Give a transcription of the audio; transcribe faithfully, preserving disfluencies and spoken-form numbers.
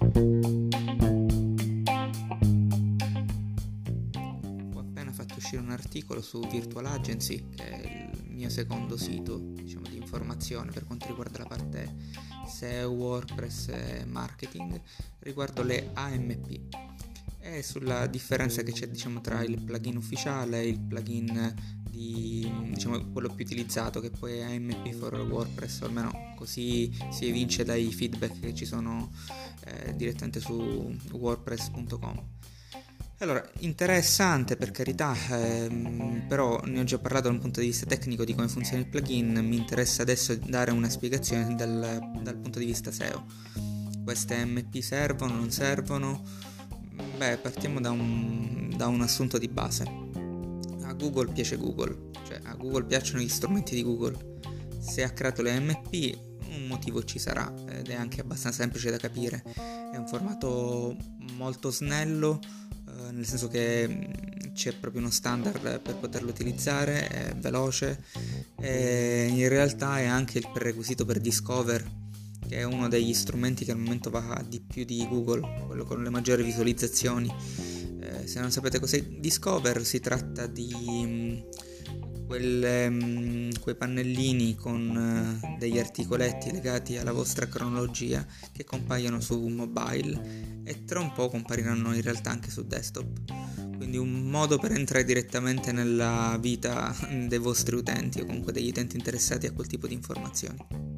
Ho appena fatto uscire un articolo su Virtual Agency, che è il mio secondo sito, diciamo, di informazione per quanto riguarda la parte S E O, WordPress e marketing, riguardo le A M P e sulla differenza che c'è, diciamo, tra il plugin ufficiale e il plugin di, diciamo, quello più utilizzato, che poi è A M P for WordPress, o almeno così si evince dai feedback che ci sono eh, direttamente su wordpress punto com. Allora, interessante per carità, ehm, però ne ho già parlato da un punto di vista tecnico di come funziona il plugin. Mi interessa adesso dare una spiegazione dal, dal punto di vista S E O. Queste A M P servono, non servono? Beh, partiamo da un, da un assunto di base. A Google piace Google, cioè a Google piacciono gli strumenti di Google. Se ha creato le A M P, un motivo ci sarà, ed è anche abbastanza semplice da capire. È un formato molto snello, eh, nel senso che c'è proprio uno standard per poterlo utilizzare, è veloce e in realtà è anche il prerequisito per Discover, che è uno degli strumenti che al momento va di più di Google, quello con le maggiori visualizzazioni. Eh, se non sapete cos'è Discover, si tratta di mh, quelle, mh, quei pannellini con uh, degli articoletti legati alla vostra cronologia che compaiono su mobile e tra un po' compariranno in realtà anche su desktop. Quindi un modo per entrare direttamente nella vita dei vostri utenti o comunque degli utenti interessati a quel tipo di informazioni.